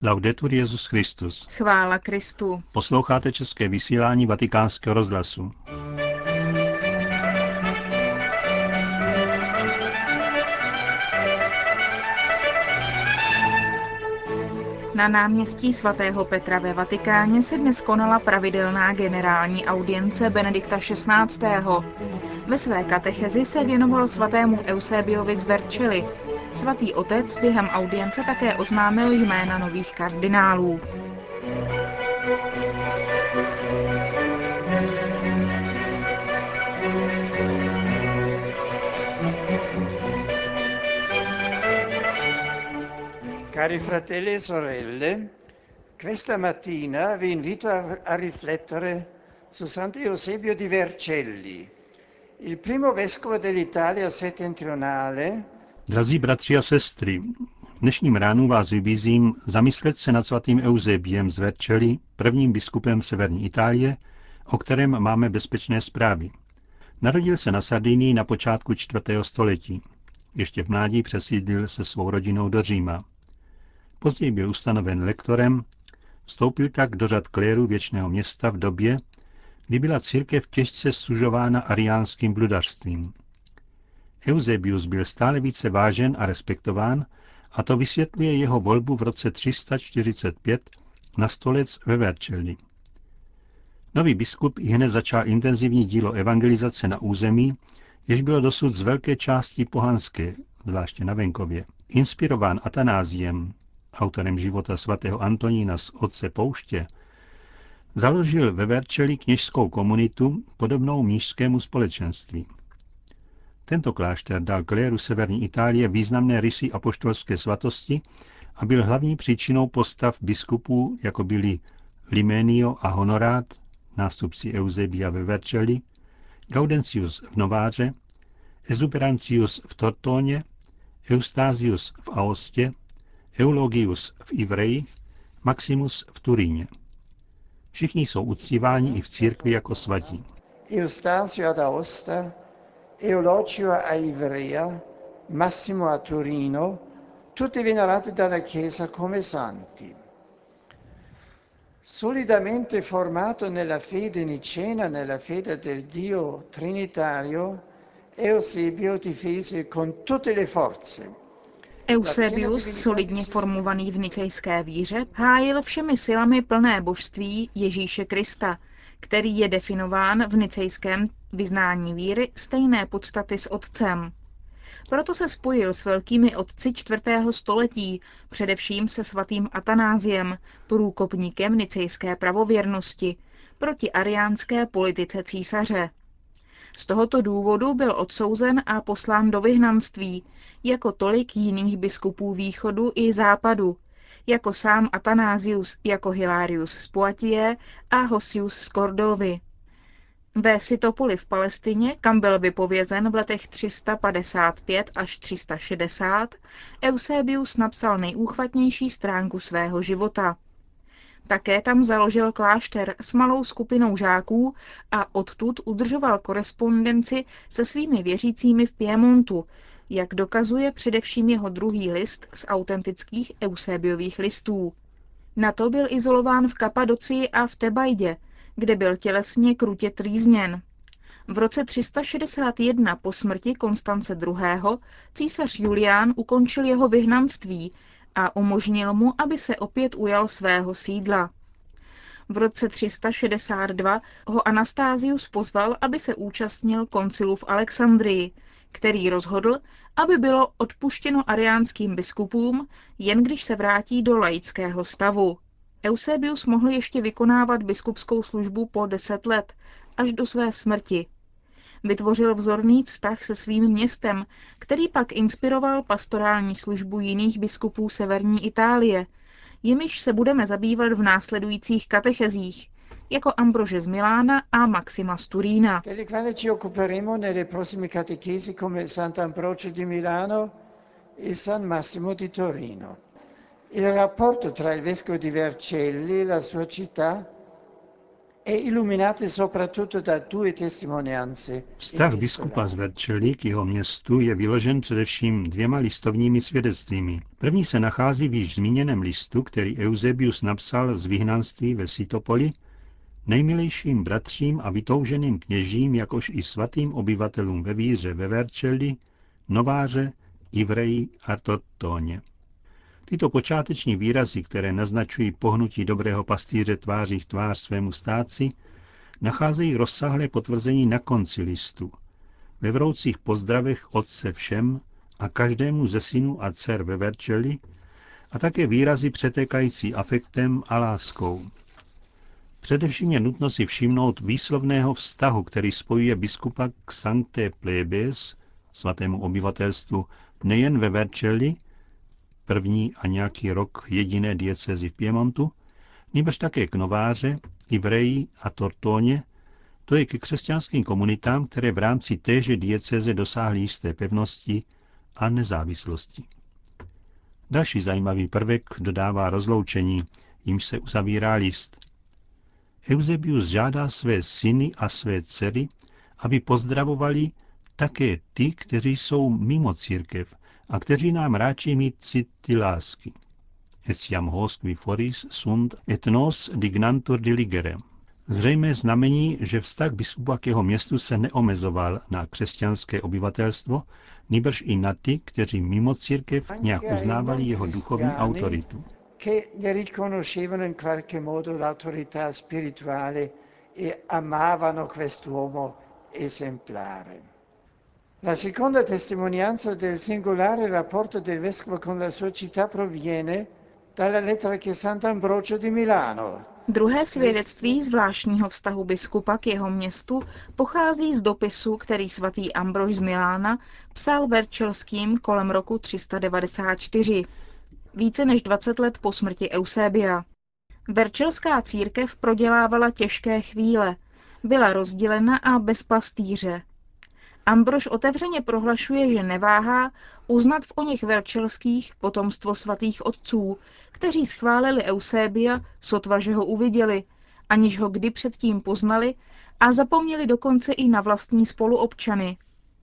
Laudetur Jesus Christus. Chvála Kristu. Posloucháte české vysílání Vatikánského rozhlasu. Na náměstí svatého Petra ve Vatikáně se dnes konala pravidelná generální audience Benedikta XVI. Ve své katechezi se věnoval svatému Eusebiovi z Vercelli. Svatý otec během audience také oznámil jména nových kardinálů. Cari fratelli e sorelle, questa mattina vi invito a riflettere su Sant'Eusebio di Vercelli, il primo vescovo dell'Italia settentrionale. Drazí bratři a sestry, dnešním ránu vás vybízím zamyslet se nad svatým Eusebiem z Vercelli, prvním biskupem severní Itálie, o kterém máme bezpečné zprávy. Narodil se na Sardinii na počátku 4. století. Ještě v mládí přesídlil se svou rodinou do Říma. Později byl ustanoven lektorem, vstoupil tak do řad kléru věčného města v době, kdy byla církev těžce sužována ariánským bludařstvím. Eusebius byl stále více vážen a respektován, a to vysvětluje jeho volbu v roce 345 na stolec ve Vercelli. Nový biskup ihned začal intenzivní dílo evangelizace na území, jež bylo dosud z velké části pohanské, zvláště na venkově. Inspirován Atanáziem, autorem života svatého Antonína z Otce pouště, založil ve Vercelli kněžskou komunitu podobnou mnížskému společenství. Tento klášter dal kléru severní Itálie významné rysy apoštolské svatosti a byl hlavní příčinou postav biskupů, jako byli Limenio a Honorát, nástupci Eusebia ve Vercelli, Gaudentius v Nováře, Exuperancius v Tortóně, Eustasius v Aostě, Eulogius v Ivreji, Maximus v Turíně. Všichni jsou uctíváni i v církvi jako svatí. Eustasio ad Aosta, Eulogio a Ivrea, Massimo a Torino, tutti venerati dalla Chiesa come santi. Solidamente formato nella fede nicena, nella fede del Dio Trinitario, Eusebio difese con tutte le forze. Eusebius, solidně formovaný v nicejské víře, hájil všemi silami plné božství Ježíše Krista, který je definován v nicejském vyznání víry stejné podstaty s Otcem. Proto se spojil s velkými otci 4. století, především se svatým Atanáziem, průkopníkem nicejské pravověrnosti, proti ariánské politice císaře. Z tohoto důvodu byl odsouzen a poslán do vyhnanství, jako tolik jiných biskupů východu i západu, jako sám Atanázius, jako Hilarius z Poitiers a Hosius z Kordovy. Ve Sitopoli v Palestině, kam byl vypovězen v letech 355 až 360, Eusebius napsal nejúchvatnější stránku svého života. Také tam založil klášter s malou skupinou žáků a odtud udržoval korespondenci se svými věřícími v Piemontu, jak dokazuje především jeho druhý list z autentických Eusebiových listů. Na to byl izolován v Kapadocii a v Tebajdě, kde byl tělesně krutě trýzněn. V roce 361 po smrti Konstance II. Císař Julián ukončil jeho vyhnanství a umožnil mu, aby se opět ujal svého sídla. V roce 362 ho Anastázius pozval, aby se účastnil koncilu v Alexandrii, který rozhodl, aby bylo odpuštěno ariánským biskupům, jen když se vrátí do laického stavu. Eusebius mohl ještě vykonávat biskupskou službu po 10 let, až do své smrti. Vytvořil vzorný vztah se svým městem, který pak inspiroval pastorální službu jiných biskupů severní Itálie, jimiž se budeme zabývat v následujících katechezích, jako Ambrože z Milána a Maxima z Turína. Delle quali ci occuperemo nelle prossime catechesi come Sant'Ambrogio di Milano e San Massimo di Torino. Il rapporto tra il vescovo di Vercelli e la sua città e illuminate soprattutto da due testimonianze Vztah biskupa z Vercelli k jeho městu je vyložen především 2 listovními svědectvími. První se nachází v již zmíněném listu, který Eusebius napsal z vyhnanství ve Sitopoli, nejmilejším bratřím a vytouženým kněžím, jakož i svatým obyvatelům ve víře ve Vercelli, Nováře, Ivreji a Tortóně. Tyto počáteční výrazy, které naznačují pohnutí dobrého pastýře tváří v tvář svému stáci, nacházejí rozsáhlé potvrzení na konci listu, ve vroucích pozdravech Otce všem a každému ze synů a dcer ve Vercelli a také výrazy přetékající afektem a láskou. Především je nutno si všimnout výslovného vztahu, který spojuje biskupa k Sanctae Plebes, svatému obyvatelstvu, nejen ve Vercelli, první a nějaký rok jediné diecézy v Piemontu, nýbrž také k Nováře, Ivreji a Tortóně, to je ke křesťanským komunitám, které v rámci téže diecéze dosáhly jisté pevnosti a nezávislosti. Další zajímavý prvek dodává rozloučení, jímž se uzavírá list. Eusebius žádá své syny a své dcery, aby pozdravovali také ty, kteří jsou mimo církev a kteří nám ráčí mít city lásky. Etiam hos qui foris sunt et nos dignantur diligere. Zřejmé znamení, že vztah biskupa k jeho městu se neomezoval na křesťanské obyvatelstvo, nýbrž i na ty, kteří mimo církev nějak uznávali jeho duchovní autoritu. Che ne riconoscevano in qualche modo l'autorità spirituale e amavano quest'uomo esemplare. La seconda testimonianza del singolare rapporto del vescovo con la sua città proviene dalla lettera che Sant'Ambrogio di Milano. Druhé svědectví zvláštního vztahu biskupa k jeho městu pochází z dopisu, který svatý Ambrož z Milána psal verčelským kolem roku 394, více než 20 let po smrti Eusebia. Verčelská církev prodělávala těžké chvíle, byla rozdělena a bez pastýře. Ambrož otevřeně prohlašuje, že neváhá uznat v oněch verčelských potomstvo svatých otců, kteří schválili Eusebia, sotva že ho uviděli, aniž ho kdy předtím poznali a zapomněli dokonce i na vlastní spoluobčany.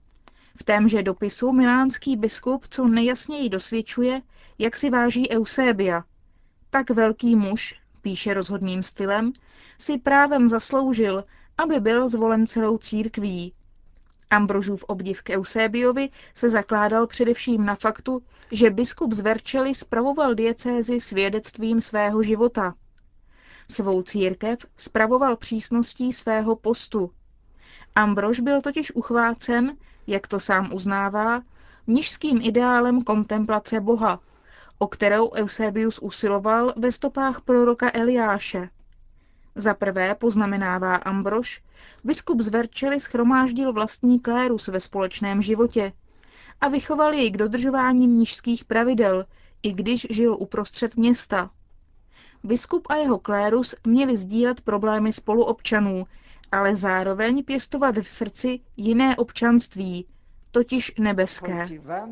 V témže dopisu milánský biskup co nejjasněji dosvědčuje, jak si váží Eusebia. Tak velký muž, píše rozhodným stylem, si právem zasloužil, aby byl zvolen celou církví. Ambrožův obdiv k Eusebiovi se zakládal především na faktu, že biskup z Vercelli spravoval diecézi svědectvím svého života. Svou církev spravoval přísností svého postu. Ambrož byl totiž uchvácen, jak to sám uznává, mnišským ideálem kontemplace Boha, o kterou Eusebius usiloval ve stopách proroka Eliáše. Za prvé, poznamenává Ambrož, biskup z Vercelli shromáždil vlastní klérus ve společném životě a vychoval jej k dodržování mnišských pravidel, i když žil uprostřed města. Biskup a jeho klérus měli sdílet problémy spoluobčanů, ale zároveň pěstovat v srdci jiné občanství, totiž nebeské.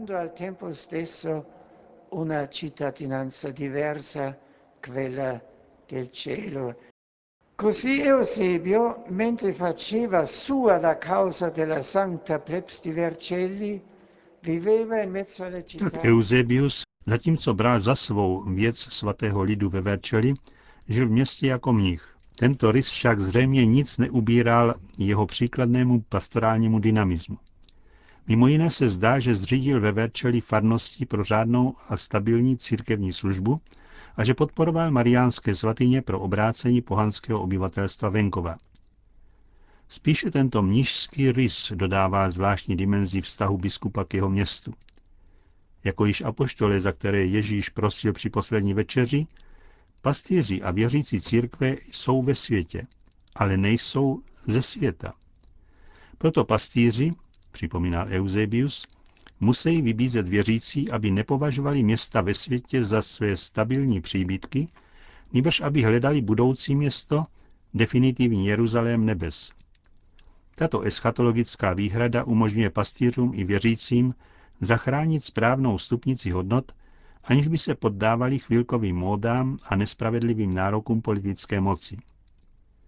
Una cittadinanza diversa, quella del cielo. Così Eusebio, mentre faceva sua la causa della Sancta Plebs di Vercelli, viveva in mezzo alle città. Tak Eusebius, zatímco bral za svou věc svatého lidu ve Vercelli, žil v městě jako mnich. Tento rys však zřejmě nic neubíral jeho příkladnému pastorálnímu dynamismu. Mimo jiné se zdá, že zřídil ve Vercelli farnosti pro řádnou a stabilní církevní službu a že podporoval mariánské svatyně pro obrácení pohanského obyvatelstva venkova. Spíše tento mnišský rys dodává zvláštní dimenzi vztahu biskupa k jeho městu. Jako již apoštole, za které Ježíš prosil při poslední večeři, pastýři a věřící církve jsou ve světě, ale nejsou ze světa. Proto pastýři, připomínal Eusebius, musí vybízet věřící, aby nepovažovali města ve světě za své stabilní příbytky, nýbrž aby hledali budoucí město, definitivní Jeruzalém nebes. Tato eschatologická výhrada umožňuje pastýřům i věřícím zachránit správnou stupnici hodnot, aniž by se poddávali chvilkovým módám a nespravedlivým nárokům politické moci.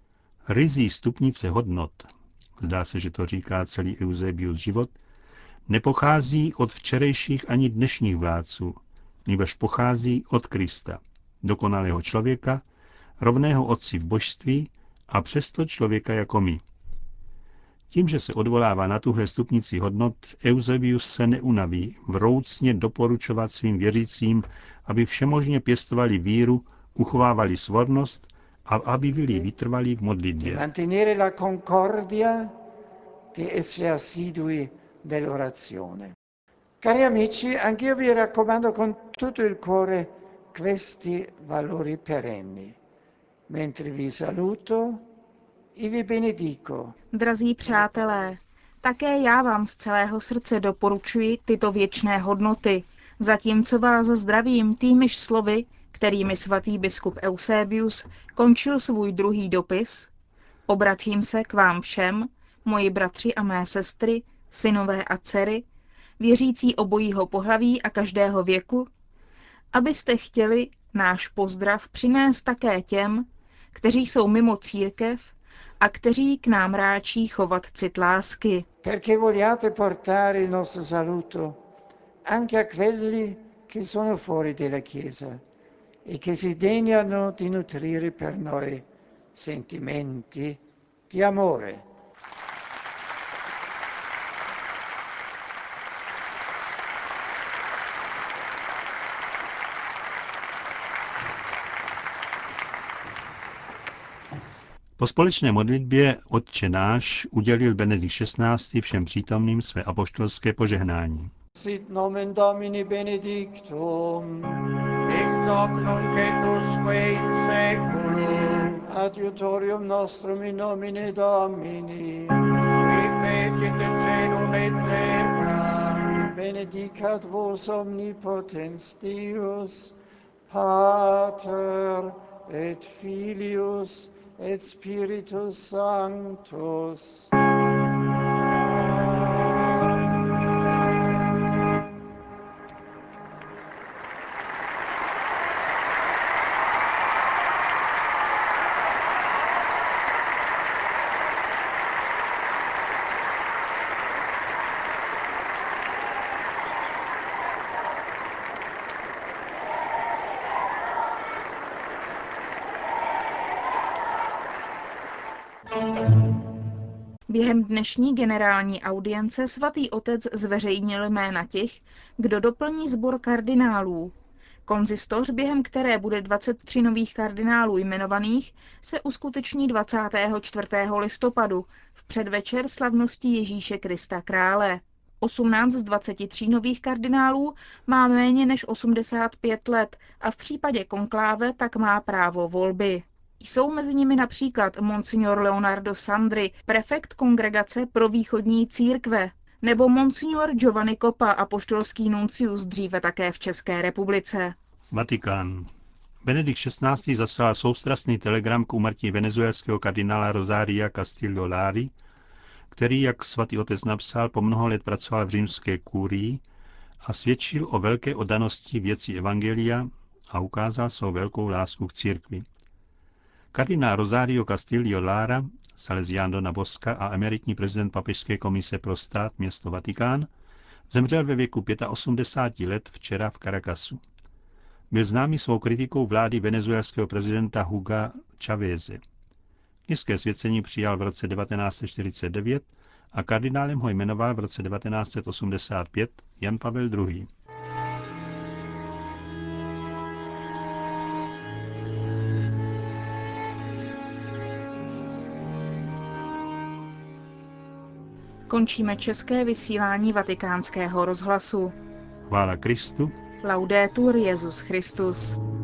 Ryzí stupnice hodnot, zdá se, že to říká celý Eusebius život, nepochází od včerejších ani dnešních vládců, nýbrž pochází od Krista, dokonalého člověka, rovného Otci v božství a přesto člověka jako my. Tím, že se odvolává na tuhle stupnici hodnot, Eusebius se neunaví vroucně doporučovat svým věřícím, aby všemožně pěstovali víru, uchovávali svornost a aby byli vytrvalí v modlitbě. Mantenere la concordia, di essere assidui dell'orazione. Cari amici, anch'io vi raccomando con tutto il cuore questi valori perenni. Mentre vi saluto, i vi benedico. Drazí přátelé, také já vám z celého srdce doporučuji tyto věčné hodnoty, zatímco vás zdravím týmiž slovy, kterými svatý biskup Eusebius končil svůj druhý dopis. Obracím se k vám všem, moji bratři a mé sestry, synové a dcery, věřící obojího pohlaví a každého věku, abyste chtěli náš pozdrav přinést také těm, kteří jsou mimo církev a kteří k nám ráčí chovat cit lásky. Perché vogliate portare il nostro saluto anche a quelli che sono fuori della Chiesa e che si degnano di nutrire per noi sentimenti di amore. Po společné modlitbě Otče náš udělil Benedikt XVI. Všem přítomným své apoštolské požehnání. Sit nomen Domini benedictum, ex hoc nunc et usque in seculum, adiutorium nostrum in nomine Domini, qui fecit in caelum et terra, benedicat vos omnipotens Deus, Pater et Filius et Spiritus Sanctus. Během dnešní generální audience svatý otec zveřejnil jména těch, kdo doplní sbor kardinálů. Konzistoř, během které bude 23 nových kardinálů jmenovaných, se uskuteční 24. listopadu v předvečer slavnosti Ježíše Krista krále. 18 z 23 nových kardinálů má méně než 85 let a v případě konkláve tak má právo volby. Jsou mezi nimi například monsignor Leonardo Sandri, prefekt kongregace pro východní církve, nebo monsignor Giovanni Coppa, apoštolský nuncius, dříve také v České republice. Vatikán. Benedikt XVI. Zaslal soustrastný telegram k úmrtí venezuelského kardinála Rosaria Castillo Lari, který, jak svatý otec napsal, po mnoho let pracoval v římské kurii a svědčil o velké oddanosti věci evangelia a ukázal svou velkou lásku k církvi. Kardinál Rosario Castillo Lara, Salesián Dona Bosca a emeritní prezident Papežské komise pro stát město Vatikán, zemřel ve věku 85 let včera v Caracasu. Byl známý svou kritikou vlády venezuelského prezidenta Huga Cháveze. Kněžské svěcení přijal v roce 1949 a kardinálem ho jmenoval v roce 1985 Jan Pavel II. Končíme české vysílání Vatikánského rozhlasu. Chvála Kristu. Laudetur Jesus Christus.